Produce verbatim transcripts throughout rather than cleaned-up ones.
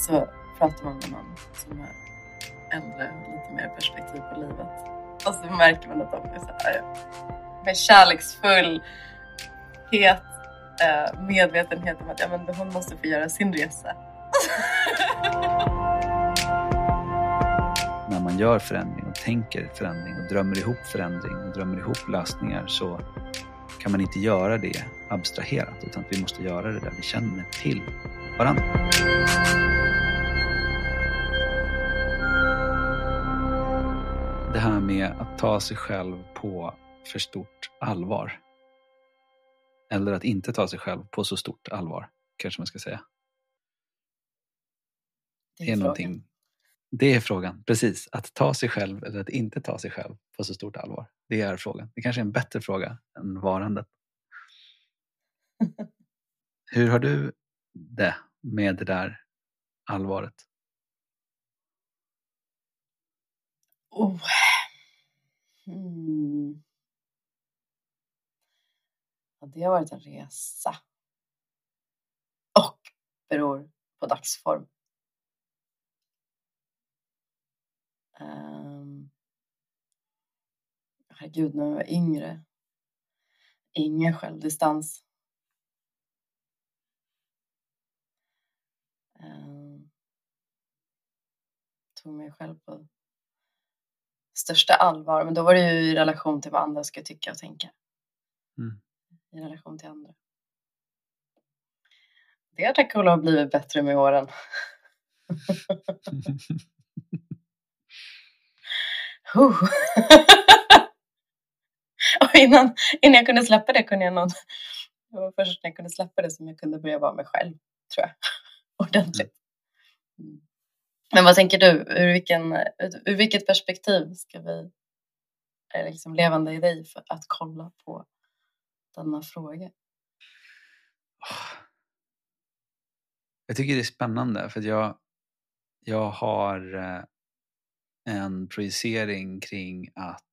så pratar man med någon som är äldre och lite mer perspektiv på livet. Och så märker man att de är så här, med kärleksfull het eh, medvetenhet om att ja, men hon måste få göra sin resa. När man gör förändring och tänker förändring och drömmer ihop förändring och drömmer ihop lösningar, så kan man inte göra det abstraherat, utan vi måste göra det där vi känner till varandra. Det här med att ta sig själv på för stort allvar. Eller att inte ta sig själv på så stort allvar, kanske man ska säga. Det är, det är någonting. Det är frågan, precis. Att ta sig själv eller att inte ta sig själv på så stort allvar. Det är frågan. Det kanske är en bättre fråga än varandet. Hur har du det med det där allvaret? Oh. Mm. Ja, det har varit en resa. Och beror på dagsform. Um, herregud, när jag var yngre. Ingen självdistans. Um, tog mig själv på största allvar. Men då var det ju i relation till vad andra skulle tycka och tänka. Mm. I relation till andra. Det har tack och lov blivit bättre med åren. uh. Och innan, innan jag kunde släppa det kunde jag någon... Det var först när jag kunde släppa det som jag kunde börja vara mig själv, tror jag. Ordentligt. Mm. Men vad tänker du? Ur, vilken, ur vilket perspektiv ska vi... Är det liksom levande i dig för att kolla på denna fråga? Jag tycker det är spännande för att jag, jag har en projicering kring att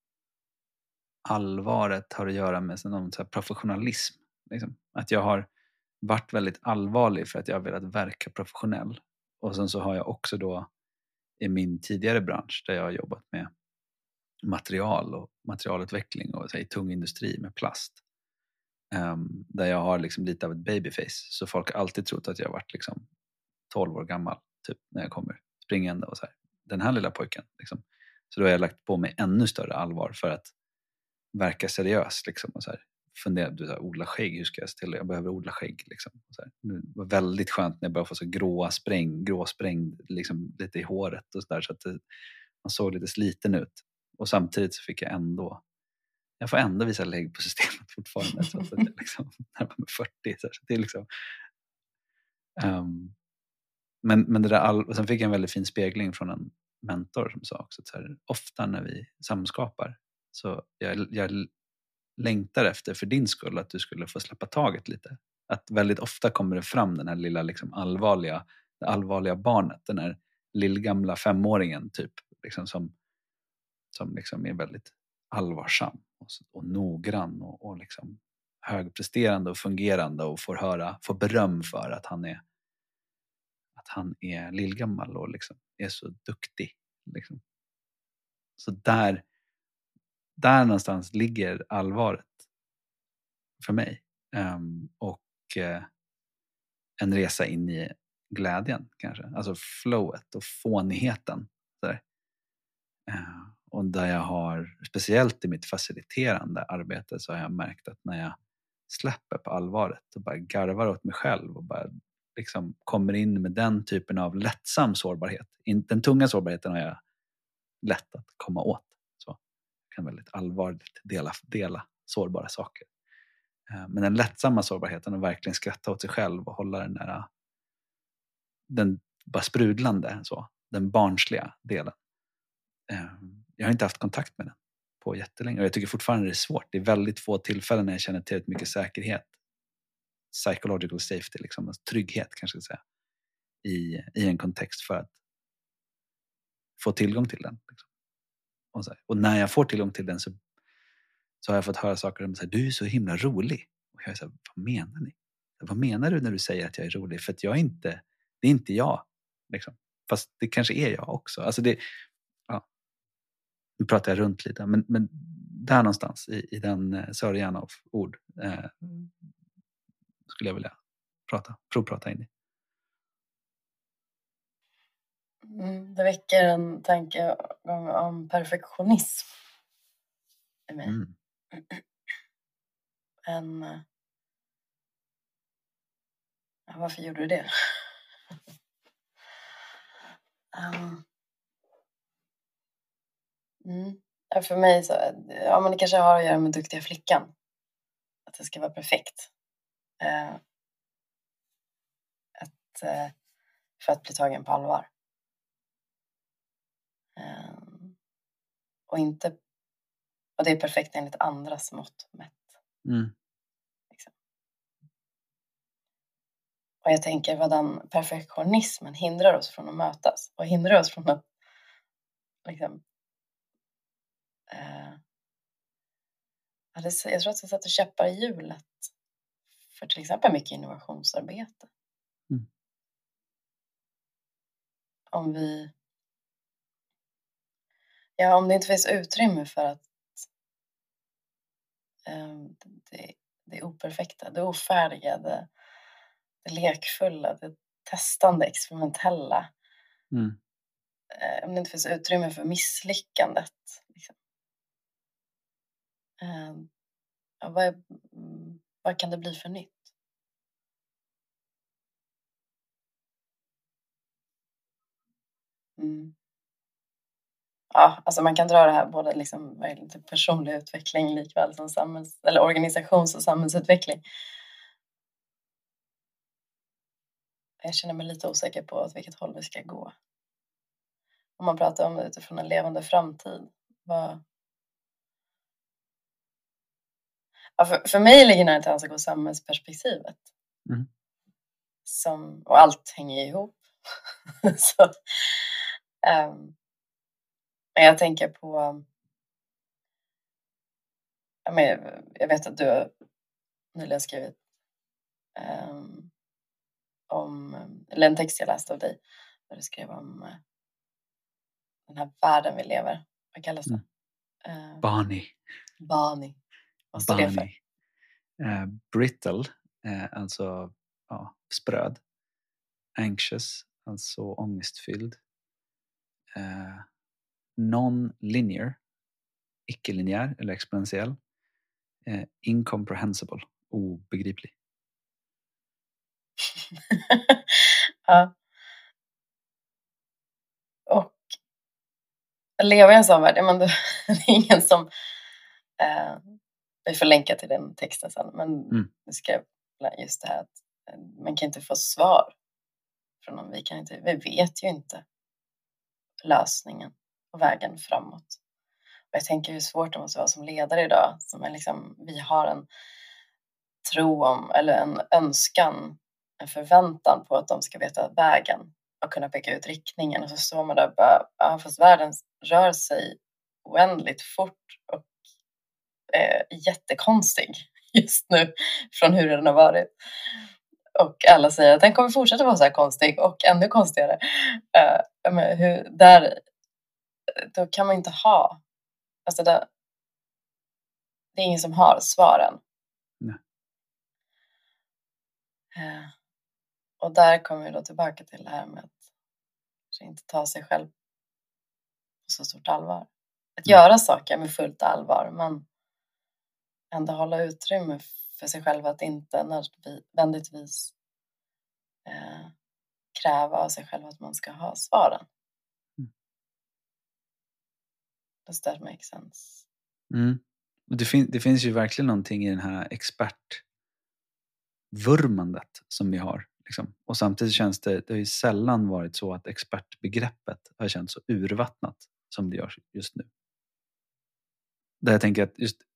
allvaret har att göra med någon så här professionalism. Liksom. Att jag har varit väldigt allvarlig för att jag har velat verka professionell. Och sen så har jag också då i min tidigare bransch där jag har jobbat med material och materialutveckling och så här, i tung industri med plast. Um, där jag har liksom lite av ett babyface. Så folk har alltid trott att jag har varit liksom tolv år gammal typ när jag kommer springande och så här. Den här lilla pojken liksom. Så då har jag lagt på mig ännu större allvar för att verka seriös liksom och så här. Fundera, du sa odla skägg, hur ska jag ställa? Jag behöver odla skägg liksom. Och så här. Det var väldigt skönt när jag började få så gråa spräng, grå spräng liksom lite i håret och så där så att det, man såg lite sliten ut. Och samtidigt så fick jag ändå jag får ändå visa lägg på systemet fortfarande så att jag liksom närmar mig fyrtio så, så det är liksom um, men, men det där all, och sen fick jag en väldigt fin spegling från en mentor som sa också att så här, ofta när vi samskapar så jag, jag längtar efter för din skull att du skulle få släppa taget lite. Att väldigt ofta kommer det fram den här lilla liksom allvarliga det allvarliga barnet, den här lillgamla femåringen typ liksom som, som liksom är väldigt allvarsam och, och noggrann och, och liksom högpresterande och fungerande och får höra, får beröm för att han är att han är lillgammal och liksom är så duktig liksom. Så där där någonstans ligger allvaret för mig um, och uh, en resa in i glädjen kanske, alltså flowet och fånigheten där. Uh, och där jag har, speciellt i mitt faciliterande arbete så har jag märkt att när jag släpper på allvaret och bara garvar åt mig själv och bara liksom kommer in med den typen av lättsam sårbarhet. Den tunga sårbarheten har jag lätt att komma åt. Så jag kan väldigt allvarligt dela, dela sårbara saker. Uh, men den lättsamma sårbarheten och verkligen skratta åt sig själv och hålla den där den bara sprudlande så, den barnsliga delen. Jag har inte haft kontakt med den på jättelänge och jag tycker fortfarande det är svårt. Det är väldigt få tillfällen när jag känner tillräckligt mycket säkerhet. Psychological safety, liksom, trygghet kanske jag ska säga. I, I en kontext för att få tillgång till den. Liksom. Och, så här. Och när jag får tillgång till den så, så har jag fått höra saker om att du är så himla rolig. Och jag är så här, vad menar ni? Vad menar du när du säger att jag är rolig? För att jag är inte, det är inte jag. Liksom. Fast det kanske är jag också. Alltså det, ja. Nu pratar jag runt lite. Men, men där någonstans i, i den eh, sörjan av ord eh, skulle jag vilja prata, provprata in i. Mm, det väcker en tanke om, om perfektionism i mig. Mm. En, eh, ja, varför gjorde du det? um, mm. Ja, för mig så, ja, men det kanske har att göra med duktiga flickan. Att det ska vara perfekt. Uh, att, uh, för att bli tagen på allvar. Um, och inte, och det är perfekt enligt andras mått mätt. Mm. Liksom. Och jag tänker vad den perfektionismen hindrar oss från att mötas. Och hindrar oss från att liksom, uh, jag tror att det sätter käppar i hjulet för till exempel mycket innovationsarbete. Mm. Om vi, ja, om det inte finns utrymme för att um, det, det operfekta, det ofärdiga, det, det lekfulla, det testande, experimentella. Mm. Uh, om det inte finns utrymme för misslyckandet. Liksom. Uh, ja, vad, är, vad kan det bli för nytt? Mm. Ja, alltså man kan dra det här både liksom personlig utveckling likväl som samhälls, eller organisations- och samhällsutveckling. Jag känner mig lite osäker på åt vilket håll vi ska gå. Om man pratar om det utifrån en levande framtid. Vad... Ja, för, för mig ligger nära till hands att gå samhällsperspektivet. Mm. Som, och allt hänger ihop. Så, um, jag tänker på... Jag, men, jag vet att du har nyligen skrivit um, om, eller en text jag läste av dig där du skrev om uh, den här världen vi lever. Vad kallas det? Mm. Uh, Barney. Barney. Vad står det för? Uh, brittle, uh, alltså ja, spröd. Anxious, alltså ångestfylld. Uh, non-linear, icke-linjär eller exponentiell. Uh, incomprehensible, obegriplig. Ja. Och leva i en sån värld, ja, men det, det är ingen som eh, vi får länka till den texten sen, men mm. vi skrev just det här att man kan inte få svar från någon, vi kan inte, vi vet ju inte lösningen och vägen framåt. Och jag tänker hur svårt det måste vara som ledare idag, som är liksom, vi har en tro om, eller en önskan, en förväntan på att de ska veta vägen och kunna peka ut riktningen, och så står man där och bara, ja, fast världen rör sig oändligt fort och är jättekonstig just nu från hur den har varit. Och alla säger att den kommer fortsätta vara så här konstig och ännu konstigare. Uh, men hur, där, då kan man inte ha, alltså det, det är ingen som har svaren. Nej. Uh, och där kommer vi då tillbaka till det här med att inte ta sig själv på så stort allvar. Att mm. göra saker med fullt allvar, men ändå hålla utrymme för sig själv att inte nödvändigtvis eh, kräva av sig själv att man ska ha svaren. Mm. Does that make sense? Mm. Det, fin- det finns ju verkligen någonting i den här expertvurmandet som vi har. Liksom. Och samtidigt känns det, det har ju sällan varit så att expertbegreppet har känts så urvattnat som det gör just nu. Där jag tänker att just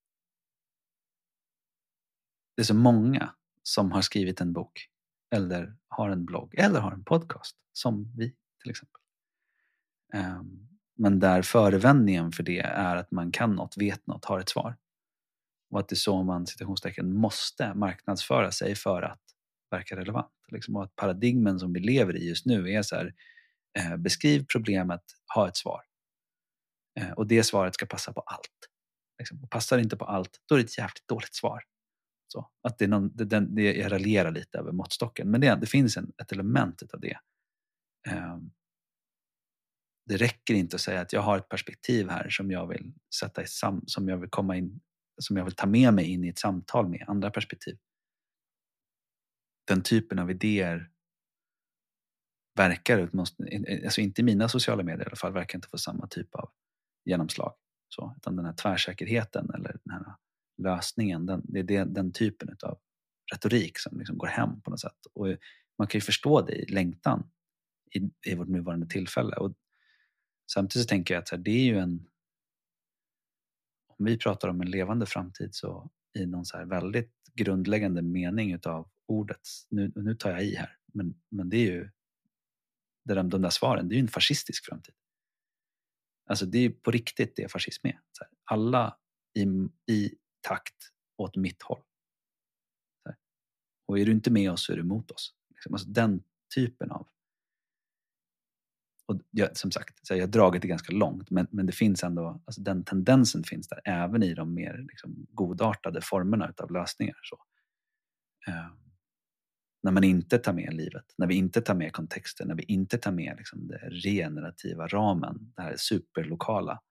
det är så många som har skrivit en bok eller har en blogg eller har en podcast som vi till exempel. Um, men där förevändningen för det är att man kan något, vet något, har ett svar. Och att det är så man citationstecken måste marknadsföra sig för att verka relevant. Liksom. Och att paradigmen som vi lever i just nu är så här, Eh, beskriv problemet, ha ett svar. Eh, och det svaret ska passa på allt. Liksom. Och passar det inte på allt, då är det ett jävligt dåligt svar. Så, att det är någon, det, det, det, jag raljerar lite över måttstocken. Men det, det finns en, ett element av det. Eh, det räcker inte att säga att jag har ett perspektiv här som jag vill sätta i sam, som jag vill komma in, som jag vill ta med mig in i ett samtal med andra perspektiv. Den typen av idéer verkar, alltså inte i mina sociala medier i alla fall, verkar inte få samma typ av genomslag. Så, utan den här tvärsäkerheten eller den här lösningen, den, det är det, den typen av retorik som liksom går hem på något sätt. Och man kan ju förstå det i längtan i, i vårt nuvarande tillfälle. Och samtidigt så tänker jag att så här, det är ju en, om vi pratar om en levande framtid, så i någon så här väldigt grundläggande mening utav ordet, nu, nu tar jag i här, men, men det är ju det de, de där svaren, det är ju en fascistisk framtid. Alltså det är på riktigt det fascism är. Så här, alla i, i takt åt mitt håll. Så här. Och är du inte med oss så är du emot oss. Liksom. Alltså den typen av... Och jag, som sagt, så här, jag har dragit det ganska långt, men, men det finns ändå, alltså den tendensen finns där även i de mer liksom, godartade formerna utav lösningar. Så. Uh, när man inte tar med livet, när vi inte tar med kontexten, när vi inte tar med liksom, den regenerativa ramen, det här superlokala.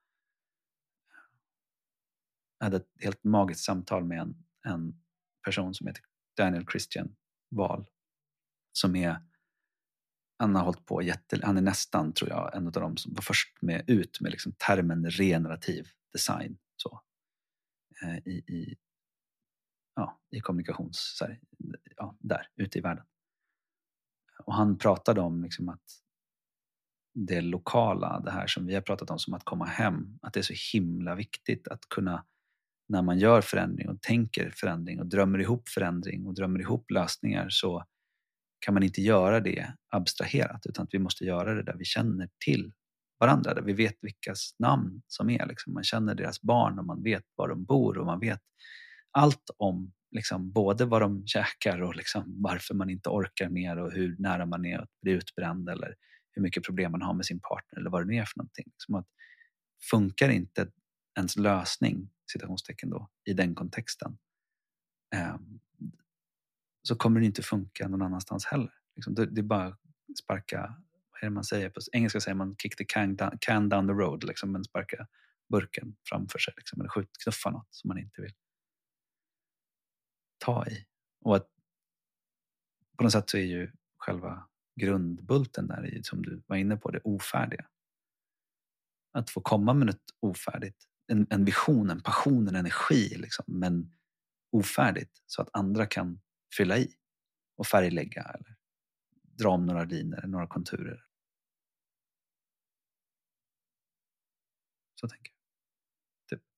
Jag hade ett helt magiskt samtal med en, en person som heter Daniel Christian Wahl, som är, han har hållit på jätte, han är nästan, tror jag, en av dem som var först med ut med liksom termen regenerativ design så, eh, i, i, ja, i kommunikations, så här, ja, där, ute i världen. Och han pratade om liksom att det lokala, det här som vi har pratat om som att komma hem, att det är så himla viktigt att kunna, när man gör förändring och tänker förändring och drömmer ihop förändring och drömmer ihop lösningar, så kan man inte göra det abstraherat, utan att vi måste göra det där vi känner till varandra, där vi vet vilkas namn som är. Liksom. Man känner deras barn och man vet var de bor och man vet allt om liksom, både vad de käkar och liksom, varför man inte orkar mer och hur nära man är att bli utbränd eller hur mycket problem man har med sin partner eller vad det är för någonting. Liksom att funkar inte ens lösning, citationstecken då, i den kontexten, eh, så kommer det inte funka någon annanstans heller. Liksom, det, det är bara sparka, vad är det man säger? På engelska säger man kick the can down, can down the road, liksom, men sparka burken framför sig, liksom, eller skjut, knuffa något som man inte vill ta i. Och att på något sätt så är ju själva grundbulten där, som du var inne på, det ofärdiga. Att få komma med något ofärdigt, en, en vision, en passion, en energi, liksom, men ofärdigt, så att andra kan fylla i och färglägga eller dra om några linjer, några konturer. Så tänker jag. Typ.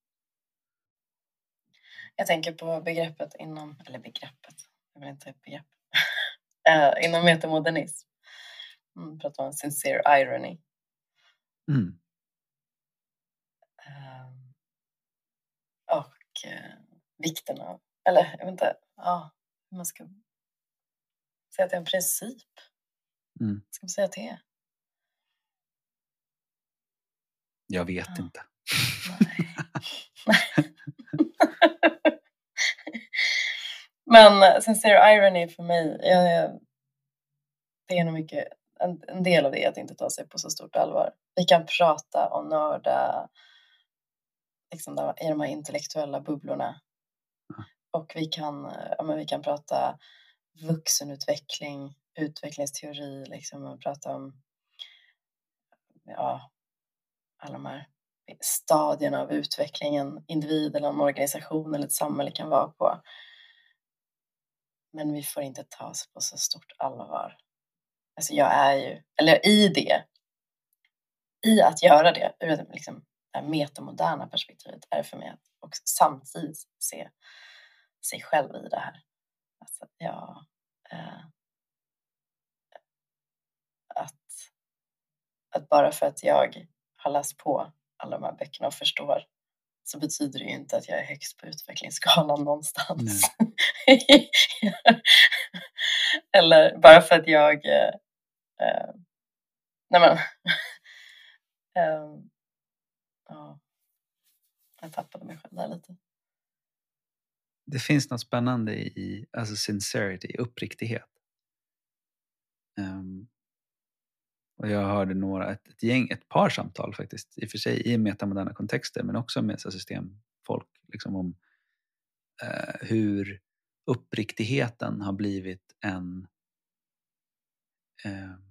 Jag tänker på begreppet inom, eller begreppet, jag vill inte begrepp, uh, inom metamodernism. Mm, pratar om sincere irony. Mm. Uh, och uh, vikten av, eller jag vet inte, ja, hur man ska säga att det är en princip. Mm. Ska man säga att det är? Jag vet ja. inte. Nej. Men sincere irony för mig, jag, det är nog mycket, en, en del av det är att inte ta sig på så stort allvar. Vi kan prata och nörda liksom där, i de här intellektuella bubblorna. Mm. Och vi kan, ja, men vi kan prata vuxenutveckling, utvecklingsteori, liksom, och prata om ja, alla de här stadierna av utvecklingen, individ eller en organisation eller ett samhälle kan vara på. Men vi får inte ta oss på så stort allvar. Alltså jag är ju, eller i det, i att göra det ur det, liksom, det här metamoderna perspektivet är det för mig att också samtidigt se sig själv i det här. Alltså ja, eh, att, att bara för att jag har läst på alla de här böckerna och förstår, så betyder det ju inte att jag är högst på utvecklingsskalan någonstans. Eller bara för att jag eh, Nej men. um, ja. Jag tappade mig själv där lite. Det finns något spännande i alltså sincerity, uppriktighet. Um, och jag hörde några, ett, ett gäng, ett par samtal faktiskt, i och för sig i metamoderna kontexter, men också med så systemfolk, liksom om uh, hur uppriktigheten har blivit en uh,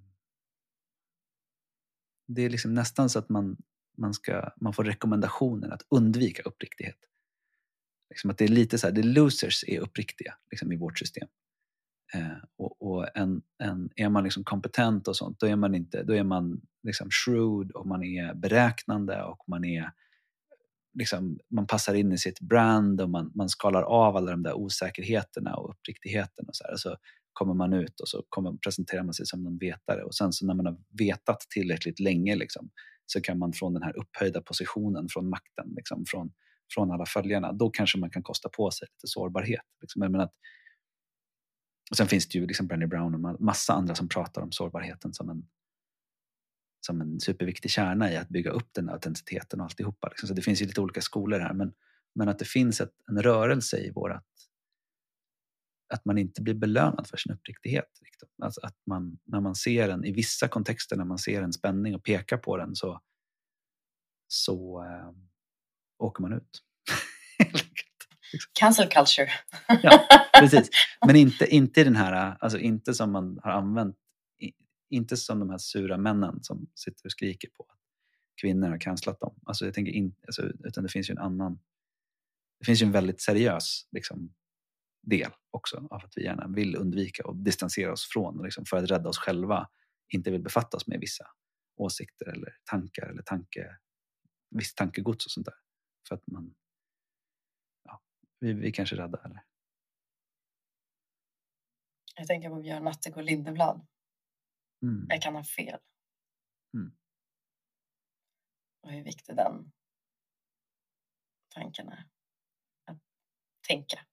det är liksom nästan så att man, man, ska, man får rekommendationen att undvika uppriktighet. Liksom att det är lite så här, det losers är uppriktiga liksom, i vårt system. Eh, och och en, en, är man liksom kompetent och sånt, då är man inte, då är man liksom shrewd och man är beräknande och man är liksom, man passar in i sitt brand och man, man skalar av alla de där osäkerheterna och uppriktigheten och så här. Och så kommer man ut och så kommer, presenterar man sig som någon vetare och sen så när man har vetat tillräckligt länge liksom, så kan man från den här upphöjda positionen, från makten, liksom, från, från alla följarna, då kanske man kan kosta på sig lite sårbarhet. Liksom. Men att, och sen finns det ju liksom Brené Brown och massa andra som pratar om sårbarheten som en, som en superviktig kärna i att bygga upp den autenticiteten och alltihopa. Liksom. Så det finns ju lite olika skolor här, men, men att det finns ett, en rörelse i vårat, att man inte blir belönad för sin uppriktighet. Liksom. Alltså att man, när man ser en, i vissa kontexter, när man ser en spänning och pekar på den så, så äh, åker man ut. Cancel culture. Ja, precis. Men inte, inte i den här, alltså inte som man har använt, inte som de här sura männen som sitter och skriker på att kvinnor har cancelat dem. Alltså jag tänker in, alltså, utan det finns ju en annan, det finns ju en väldigt seriös liksom, del också av att vi gärna vill undvika och distansera oss från liksom, för att rädda oss själva, inte vill befatta oss med vissa åsikter eller tankar eller tanke, visst tankegods och sånt där. För att man, ja, vi, vi kanske är rädda eller? Jag tänker på Björn Natthegård Lindeblad. Mm. Jag kan ha fel. Mm. Och hur viktig den tanken är. Att tänka.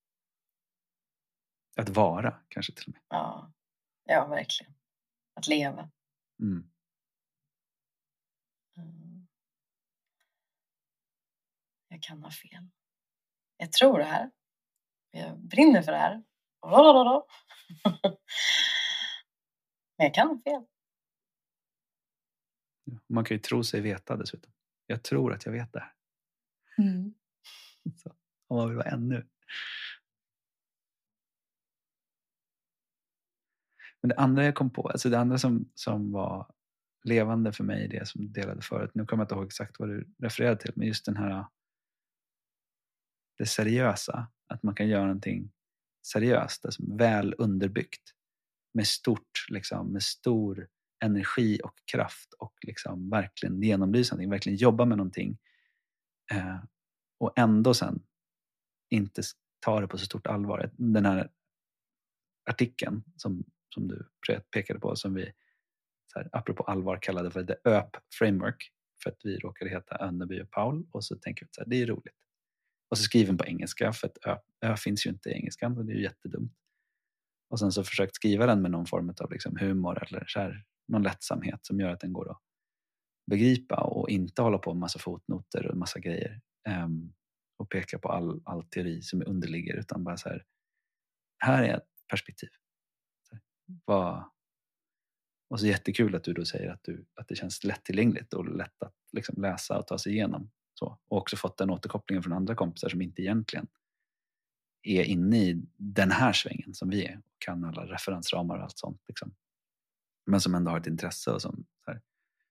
Att vara kanske till och med. Ja, ja verkligen. Att leva. Mm. Mm. Jag kan ha fel. Jag tror det här. Jag brinner för det här. Men jag kan ha fel. Man kan ju tro sig veta dessutom. Jag tror att jag vet det här. Mm. Så, om man vill vara ännu. Men det andra jag kom på, alltså det andra som, som var levande för mig, det som du delade förut, nu kommer jag inte ihåg exakt vad du refererade till, men just den här det seriösa, att man kan göra någonting seriöst, alltså väl underbyggt med stort, liksom, med stor energi och kraft och liksom verkligen genomlysa någonting, verkligen jobba med någonting eh, och ändå sen inte ta det på så stort allvar. Den här artikeln som, som du pekade på, som vi så här, apropå allvar kallade för The Ö P Framework, för att vi råkade heta Önneby och Paul, och så tänker vi att det är roligt. Och så skriven på engelska, för att Ö, Ö finns ju inte i engelskan, och det är ju jättedumt. Och sen så försökt skriva den med någon form av liksom humor eller så här, någon lättsamhet som gör att den går att begripa och inte hålla på med massa fotnoter och massa grejer um, och peka på all, all teori som underligger, utan bara så här, här är ett perspektiv. Så här, vad, och så jättekul att du då säger att, du, att det känns lättillgängligt och lätt att liksom läsa och ta sig igenom. Så. Och också fått den återkopplingen från andra kompisar som inte egentligen är inne i den här svängen som vi är och kan alla referensramar och allt sånt liksom. Men som ändå har ett intresse och som så här.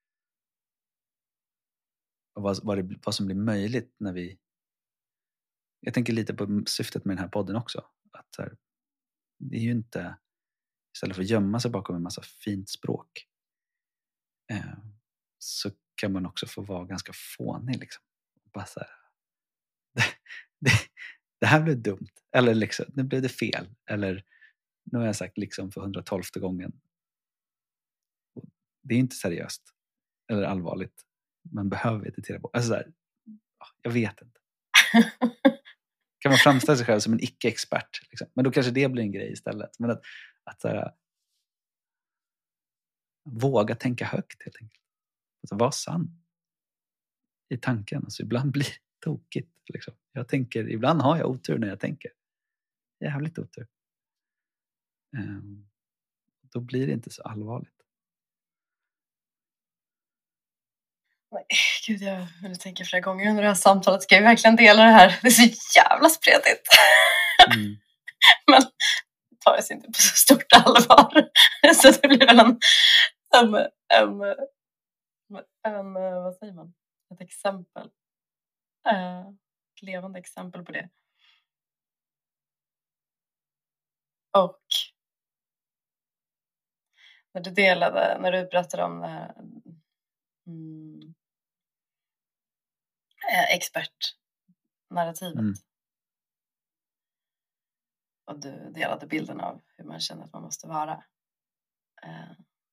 Och vad, vad, det, vad som blir möjligt när vi, jag tänker lite på syftet med den här podden också, att så här, det är ju inte, istället för att gömma sig bakom en massa fint språk eh, så kan man också få vara ganska fånig liksom. Bara så här, det, det, det här blev dumt, eller liksom, nu blev det fel, eller nu har jag sagt liksom för hundratolfte gången. Det är inte seriöst eller allvarligt. Man behöver meditera på. Alltså så här, jag vet inte. Kan man framställa sig själv som en icke-expert liksom. Men då kanske det blir en grej istället. Men att, att så här, våga tänka högt helt enkelt. Alltså, var sann i tanken. Alltså, ibland blir det tokigt. Liksom. Jag tänker, ibland har jag otur när jag tänker. Jävligt otur. Um, då blir det inte så allvarligt. Nej, gud, jag vill tänka flera gånger under det här samtalet. Ska vi verkligen dela det här? Det är så jävla spretigt. Mm. Men det tar sig inte på så stort allvar. Så det blir väl en, en, en, en vad säger man? Ett exempel. Uh, ett levande exempel på det. Och när du delade, när du berättade om det här mm, expertnarrativet. Mm. Och du delade bilden av hur man känner att man måste vara. Uh,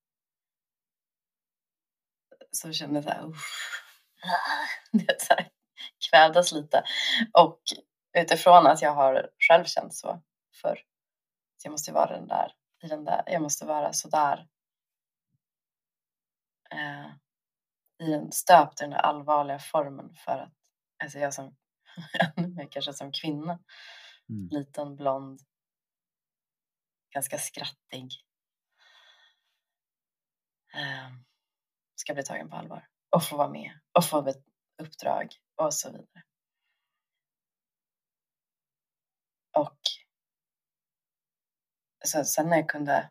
så kände jag så här, det så här, kvävdes lite. Och utifrån att jag har själv känt så för jag måste vara den där, i den där, jag måste vara så där uh, i den stöpt i den där allvarliga formen för att alltså jag som kanske som kvinna mm. liten, blond, ganska skrattig uh, ska bli tagen på allvar och få vara med och få ett uppdrag och så vidare. Och så sen när jag kunde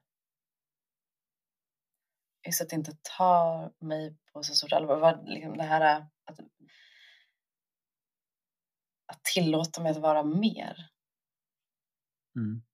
just att inte ta mig på så stort allvar var liksom det här att, att tillåta mig att vara mer. Mm.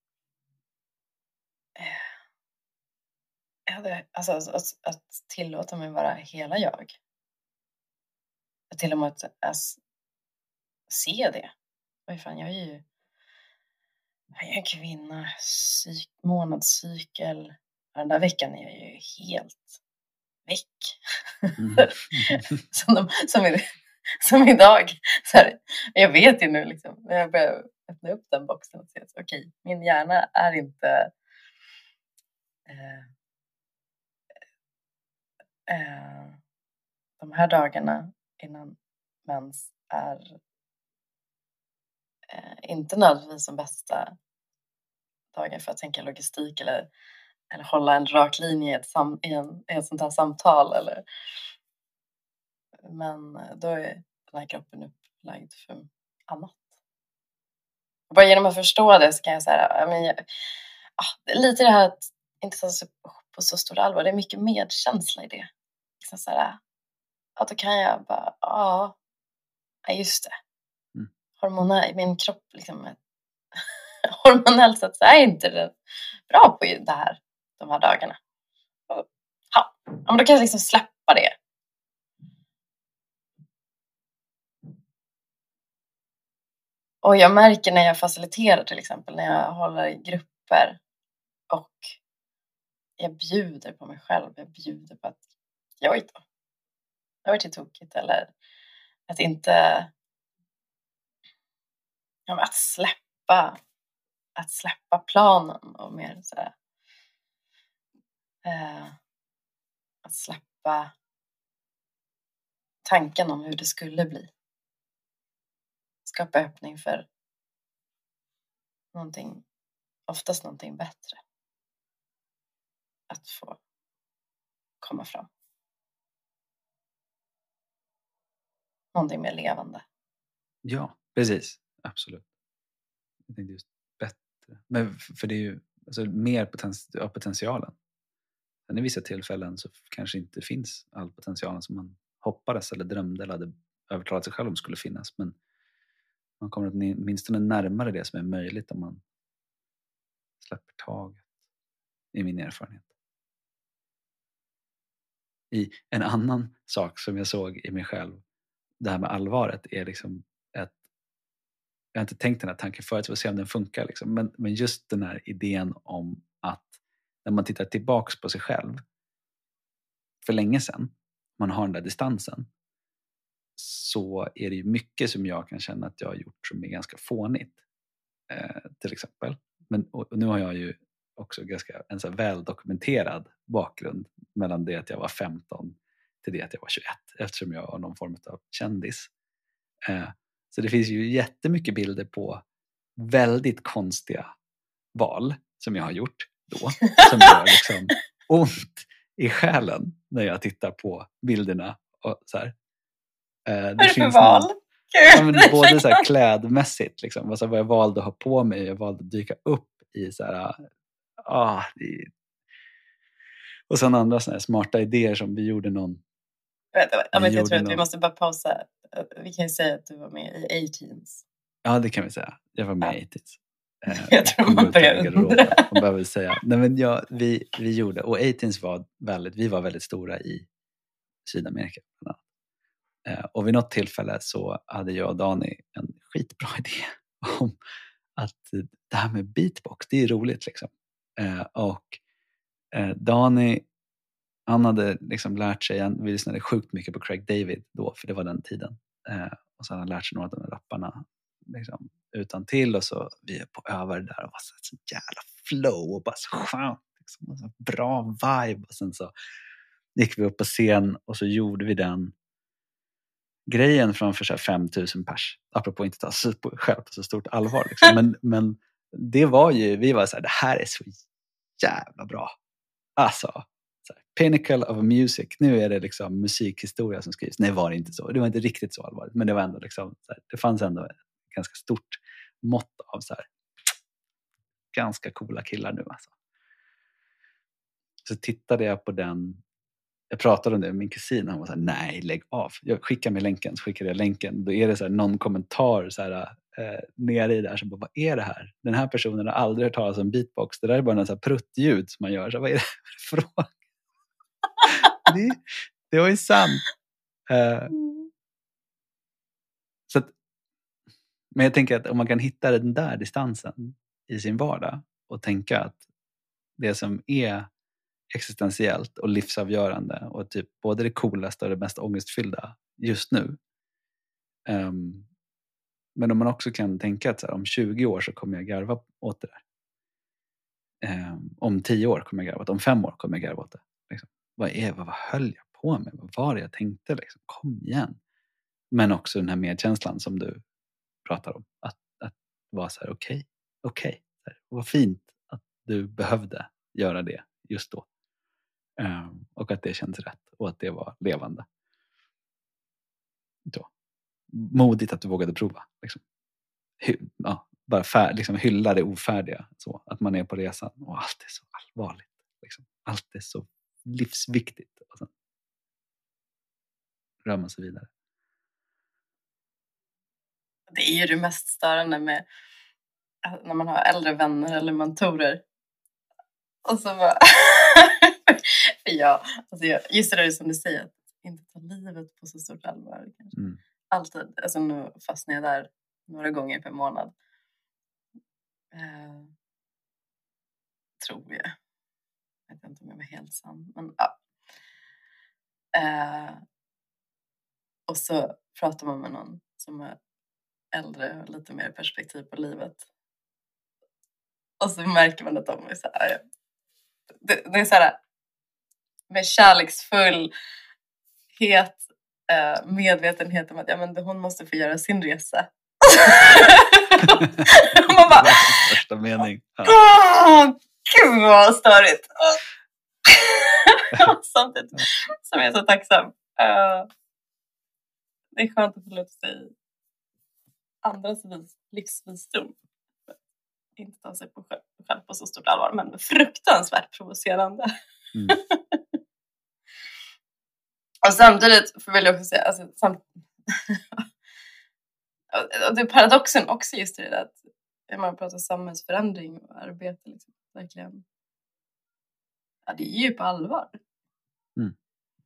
Jag hade, alltså, att, att tillåta mig vara hela jag. Att till och med att, att se det. Vad fan, jag är ju jag är en kvinna, psyk, månadscykel. Den där veckan är jag ju helt väck. Mm. som, de, som, som idag. Så här, jag vet ju nu liksom, när jag börjar öppna upp den boxen och se att okej, okay, min hjärna är inte eh, eh, de här dagarna innan mens är eh, inte nödvändigtvis de bästa dagar för att tänka logistik eller, eller hålla en rak linje i ett, sam, i en, i ett sånt här samtal. Eller, men då är den här kroppen upplagd för annat. Och bara genom att förstå det så kan jag säga men jag, ah, lite det här att inte ta sig på så stort allvar. Det är mycket medkänsla i det. Liksom så här, att då kan jag bara, ja, just det. Mm. Hormonell, min kropp liksom, hormonellt sett så är inte det bra på det här, de här dagarna. Och, ja, men då kan jag liksom släppa det. Och jag märker när jag faciliterar till exempel, när jag håller i grupper och jag bjuder på mig själv, jag bjuder på att jag inte har varit tokigt eller att inte ja, att släppa att släppa planen och mer så här, eh, att släppa tanken om hur det skulle bli. Skapa öppning för någonting, oftast någonting bättre. Att få komma fram. Någonting mer levande. Ja, precis. Absolut. Jag tänkte just bättre. Men för det är ju alltså, mer potens- av potentialen. Men i vissa tillfällen så kanske inte finns all potentialen som man hoppades eller drömde eller hade övertalat sig själv om skulle finnas. Men man kommer åtminstone närmare det som är möjligt om man släpper taget, i min erfarenhet. I en annan sak som jag såg i mig själv, det här med allvaret, är liksom ett, jag har inte tänkt den här tanken förut, för att se om den funkar liksom. men, men just den här idén om att när man tittar tillbaks på sig själv för länge sedan, man har den där distansen, så är det ju mycket som jag kan känna att jag har gjort som är ganska fånigt, eh, till exempel. Men och, och nu har jag ju också ganska en så här väldokumenterad bakgrund mellan det att jag var femton till det att jag var tjugoett, eftersom jag var någon form av kändis. Eh, så det finns ju jättemycket bilder på väldigt konstiga val som jag har gjort då, som gör liksom ont i själen när jag tittar på bilderna. Och så här. Eh, det Vad är det finns för val? någon, ja, men både så här klädmässigt, liksom, alltså vad jag valde att ha på mig, jag valde att dyka upp i så här, ah, i, och sen andra såna här smarta idéer som vi gjorde någon. Vänta, vänta, vi jag, jag gjorde tror att vi någon, måste bara pausa. Vi kan ju säga att du var med i A-Teens. ja, det kan vi säga. Jag var med i A-Teens. Eh, Jag tror man börjar undra. Man behöver säga. Nej, men ja, vi, vi gjorde, och A-Teens var väldigt, vi var väldigt stora i Sydamerika. Eh, och vid något tillfälle så hade jag och Dani en skitbra idé om att det här med beatbox, det är roligt liksom. Eh, och eh, Dani, han hade liksom lärt sig, vi lyssnade sjukt mycket på Craig David då, för det var den tiden. Eh, och så hade han lärt sig några av de rapparna liksom, utan till, och så vi är på över där och var så, så jävla flow och bara så skönt, liksom, och så bra vibe. Och sen så gick vi upp på scen och så gjorde vi den grejen framför så fem tusen pers, apropå inte ta sig själv på så stort allvar liksom. men, men det var ju, vi var så här, det här är så jävla bra, alltså så här, pinnacle of music, nu är det liksom musikhistoria som skrivs. Nej, var det inte så, det var inte riktigt så allvarligt, men det var ändå liksom så här, det fanns ändå ett ganska stort mått av så här, ganska coola killar nu alltså. Så tittade jag på den, jag pratade om det med min kusin, han var så här, nej, lägg av. Jag skickar med länken, så skickade jag länken. Då är det så här, någon kommentar så här, eh, nere i där som bara, vad är det här? Den här personen har aldrig hört talas om beatbox. Det där är bara en så här pruttljud som man gör. Så vad är det för fråga? det, det var ju sant. Eh, så att, men jag tänker att om man kan hitta den där distansen i sin vardag och tänka att det som är existentiellt och livsavgörande och typ både det coolaste och det mest ångestfyllda just nu. Um, men om man också kan tänka att så här, om tjugo år så kommer jag garva åt det där. Um, om tio år kommer jag garva åt det. Om fem år kommer jag garva åt det. Liksom. Vad, är, vad, vad höll jag på med? Vad var det jag tänkte? Liksom? Kom igen. Men också den här medkänslan som du pratar om. Att, att vara så här, okej, okay, okej. Okay. Vad fint att du behövde göra det just då. Um, och att det känns rätt och att det var levande. Så. Modigt att du vågade prova. Liksom. Hy- ja, bara fär- liksom hylla det ofärdiga. Så. Att man är på resan och allt är så allvarligt. Liksom. Allt är så livsviktigt. Och sen rör man sig vidare. Det är ju det mest störande med när man har äldre vänner eller mentorer. Och så bara... För jag, alltså jag, just det där som du säger, att inte ta livet på så stort allvar. Kanske. Mm. Alltid, alltså nu fastnar jag där några gånger per månad. Eh, tror jag. Jag vet inte om jag var helt sann. Men ja. Eh, och så pratar man med någon som är äldre och lite mer perspektiv på livet. Och så märker man att de är så här... Det, det är så här... med kärleksfull het uh, medvetenhet om att ja, men hon måste få göra sin resa. Man bara... Första mening. Ja. Åh, gud vad störigt. Samtidigt som jag är så tacksam. Uh, det är skönt att få låta sig andras vis, livsvisdom. Inte ta sig på själv, själv på så stort allvar, men fruktansvärt provocerande. Mm. Och samtidigt vill jag också säga, alltså, samt... och det är paradoxen också just det att när man pratar samhällsförändring och arbete, liksom, verkligen, ja, det är ju på allvar. Mm.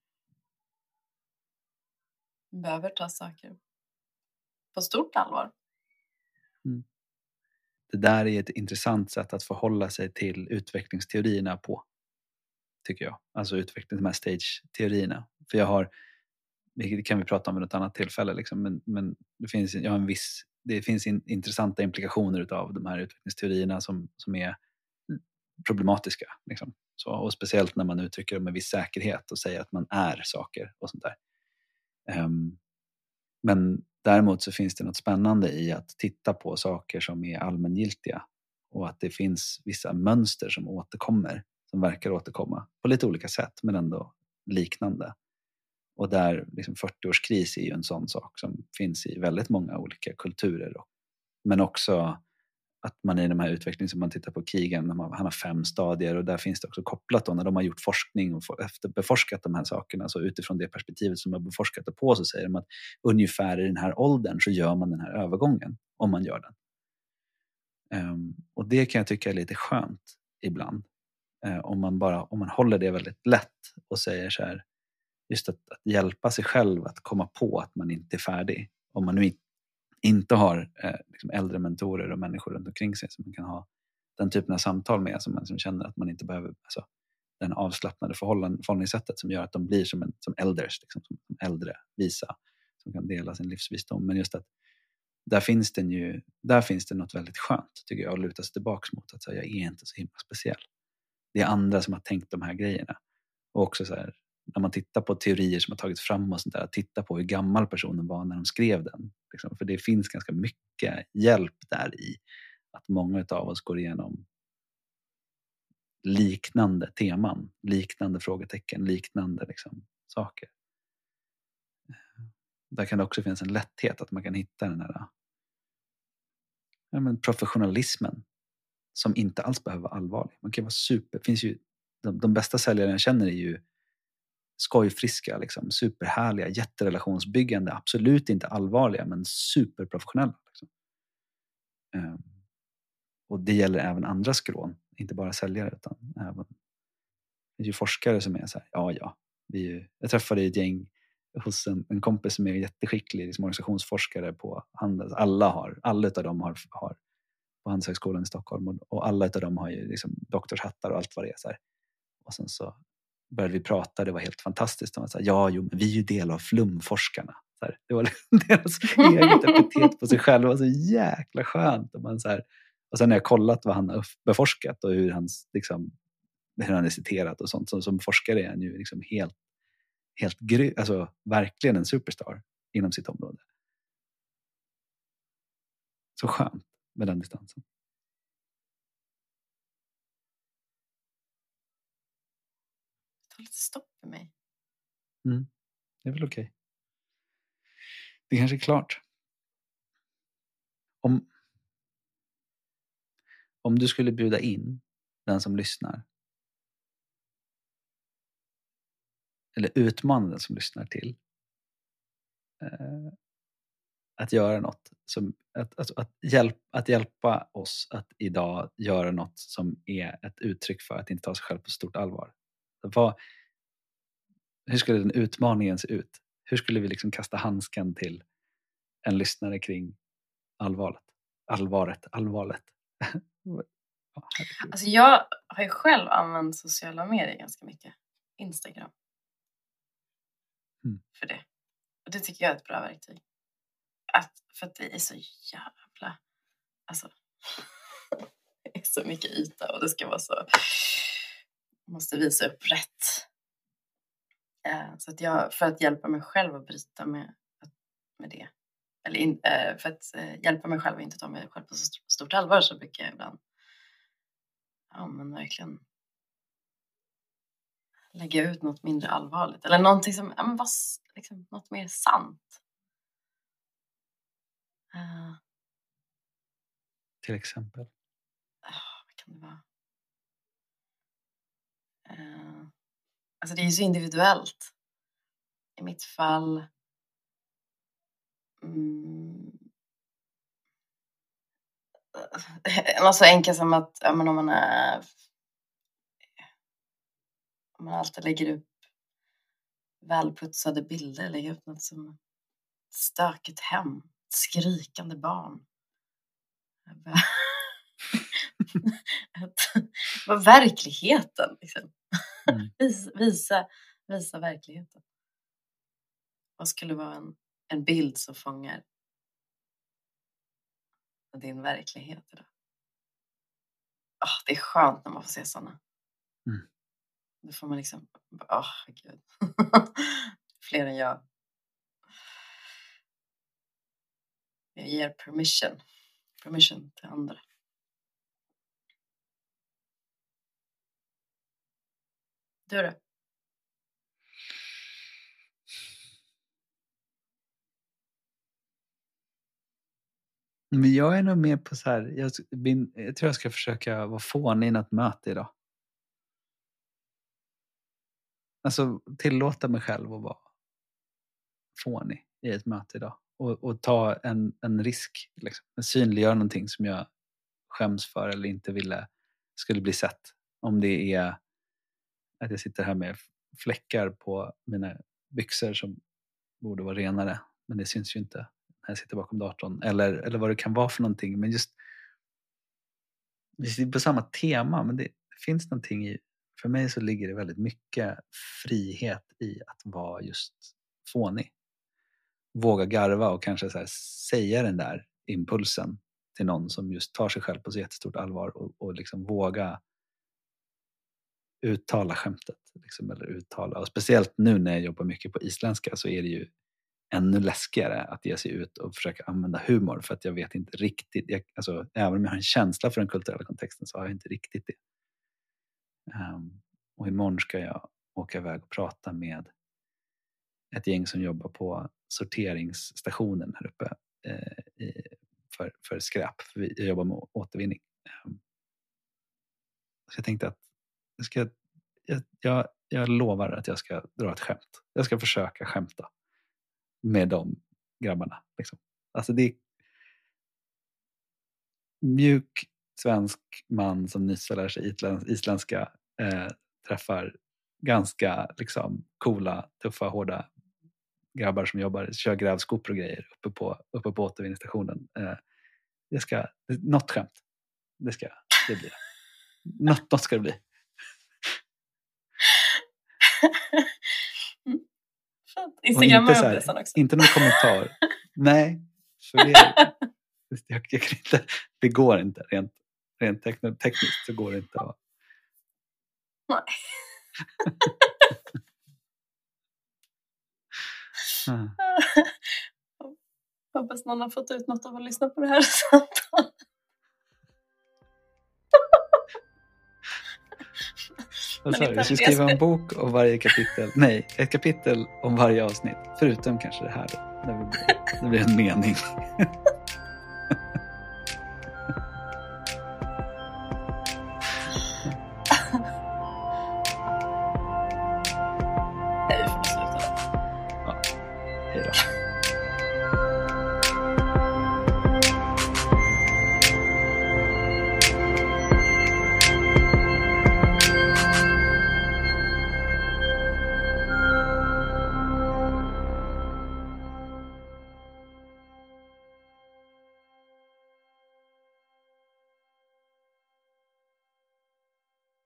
Man behöver ta saker på stort allvar. Mm. Det där är ett intressant sätt att förhålla sig till utvecklingsteorierna på, tycker jag. Alltså utveckling, de här stage-teorierna. För jag har, det kan vi prata om vid något annat tillfälle, liksom, men, men det finns, jag har en viss, det finns in, intressanta implikationer av de här utvecklingsteorierna som, som är problematiska. Liksom. Så, och speciellt när man uttrycker det med viss säkerhet och säger att man är saker och sånt där. Um, men däremot så finns det något spännande i att titta på saker som är allmängiltiga och att det finns vissa mönster som återkommer, som verkar återkomma på lite olika sätt men ändå liknande. Och där liksom fyrtioårskris är ju en sån sak som finns i väldigt många olika kulturer. Men också att man i de här utvecklingen som man tittar på Kegan, han har fem stadier och där finns det också kopplat då när de har gjort forskning och efter beforskat de här sakerna, så utifrån det perspektivet som de har beforskat det på så säger de att ungefär i den här åldern så gör man den här övergången om man gör den. Um, och det kan jag tycka är lite skönt ibland. Uh, om man bara om man håller det väldigt lätt och säger så här, just att, att hjälpa sig själv att komma på att man inte är färdig. Om man nu inte har eh, liksom äldre mentorer och människor runt omkring sig som man kan ha den typen av samtal med, som man som känner att man inte behöver, alltså, den avslappnade förhållningssättet som gör att de blir som, en, som elders, liksom, som, som äldre, visa, som kan dela sin livsvisdom. Men just att där finns det ju, där finns det något väldigt skönt tycker jag att luta sig tillbaka mot, att säga, jag är inte så himla speciell. Det är andra som har tänkt de här grejerna. Och också så här, när man tittar på teorier som har tagits fram och sånt där, att titta på hur gammal personen var när de skrev den. Liksom. För det finns ganska mycket hjälp där i att många av oss går igenom liknande teman, liknande frågetecken, liknande liksom, saker. Där kan det också finnas en lätthet att man kan hitta den här ja, men professionalismen som inte alls behöver vara allvarlig. Man kan vara super, finns ju, de, de bästa säljarna jag känner är ju skojfriska, liksom, superhärliga, jätterelationsbyggande, absolut inte allvarliga men superprofessionella. Liksom. Um, och det gäller även andra skrån, inte bara säljare utan även det är ju forskare som är så här, ja ja, vi är ju, jag träffade ett gäng hos en, en kompis som är jätteskicklig liksom organisationsforskare på Handels, alla har, alla utav dem har, har på Handelshögskolan i Stockholm och, och alla utav dem har ju liksom doktorshattar och allt vad det är så här. Och sen så började vi prata, det var helt fantastiskt. De var så här, ja, jo, men vi är ju del av flumforskarna. Så här, det var liksom deras eget epitet på sig själv. Det var så jäkla skönt. Och, man så här, och sen har jag kollat vad han har beforskat och hur, hans, liksom, hur han är citerat och sånt. Så, som forskare är han ju liksom helt, helt gry, alltså verkligen en superstar inom sitt område. Så skönt med den distansen. Lite stopp för mig. Mm. Det är väl okej. Okay. Det kanske är klart. Om, om du skulle bjuda in den som lyssnar eller utmana den som lyssnar till eh, att göra något som, att, att, att, hjälp, att hjälpa oss att idag göra något som är ett uttryck för att inte ta sig själv på stort allvar. Vad, hur skulle den utmaningen se ut? Hur skulle vi liksom kasta handsken till en lyssnare kring allvaret? Allvaret, allvaret. Alltså jag har ju själv använt sociala medier ganska mycket. Instagram. Mm. För det. Och det tycker jag är ett bra verktyg. Att, för att det är så jävla... Alltså... det är så mycket yta och det ska vara så... Man måste visa upp rätt. Uh, så att jag, för att hjälpa mig själv att bryta med, med det. Eller in, uh, för att uh, hjälpa mig själv och inte ta mig själv på så stort allvar så brukar jag ibland... Ja, men verkligen lägga ut något mindre allvarligt. Eller någonting som, ja men vad, liksom, något mer sant. Uh, Till exempel? Uh, vad kan det vara? Uh, alltså det är ju så individuellt. I mitt fall... Mm, något så enkelt som att ja, men om man är... Om man alltid lägger upp välputsade bilder, lägger upp något som ett stökigt hem, ett skrikande barn. att, vad verkligheten liksom. Mm. visa, visa, visa verkligheten. Vad skulle vara en, en bild som fångar din verklighet idag? oh, det är skönt när man får se sådana. Mm. Då får man liksom, åh oh, gud. Fler än jag. Jag ger permission. Permission till andra. Du då? Men jag är nog mer på så här, jag, min, jag tror jag ska försöka vara fånig i något möte idag. Alltså tillåta mig själv att vara fånig i ett möte idag. Och, och ta en, en risk, liksom. Synliggöra någonting som jag skäms för eller inte ville skulle bli sett. Om det är att jag sitter här med fläckar på mina byxor som borde vara renare. Men det syns ju inte när jag sitter bakom datorn. Eller, eller vad det kan vara för någonting. Men just vi sitter på samma tema. Men det, det finns någonting i, för mig så ligger det väldigt mycket frihet i att vara just fånig. Våga garva och kanske så här säga den där impulsen till någon som just tar sig själv på så jättestort allvar och, och liksom våga uttala skämtet liksom, eller uttala, och speciellt nu när jag jobbar mycket på isländska så är det ju ännu läskigare att ge sig ut och försöka använda humor för att jag vet inte riktigt, jag, alltså, även om jag har en känsla för den kulturella kontexten så har jag inte riktigt det. Um, och imorgon ska jag åka iväg och prata med ett gäng som jobbar på sorteringsstationen här uppe eh, i, för, för skräp. För vi, jag jobbar med återvinning. Um, så jag tänkte att jag, ska, jag, jag, jag lovar att jag ska dra ett skämt. Jag ska försöka skämta med de grabbarna. Liksom. Alltså det är mjuk svensk man som nyss lär sig isländska eh, träffar ganska liksom coola, tuffa, hårda grabbar som jobbar, kör grävskopor och grejer uppe på, uppe på återvinningsstationen. Eh, det ska, det, något skämt. Det ska det bli. Något, något ska det bli. Mm. Instagram inte, så här, också. Inte någon kommentar. Nej, för det, jag, jag kan inte, det går inte rent, rent tekniskt så går det inte att... Nej. Mm. Hoppas någon har fått ut något av att lyssna på det här samtalet. Vi ska skriva en bok om varje kapitel. Nej, ett kapitel om varje avsnitt. Förutom kanske det här då. När det blir, det blir en mening. Nej, vi får sluta. Ja, hej då.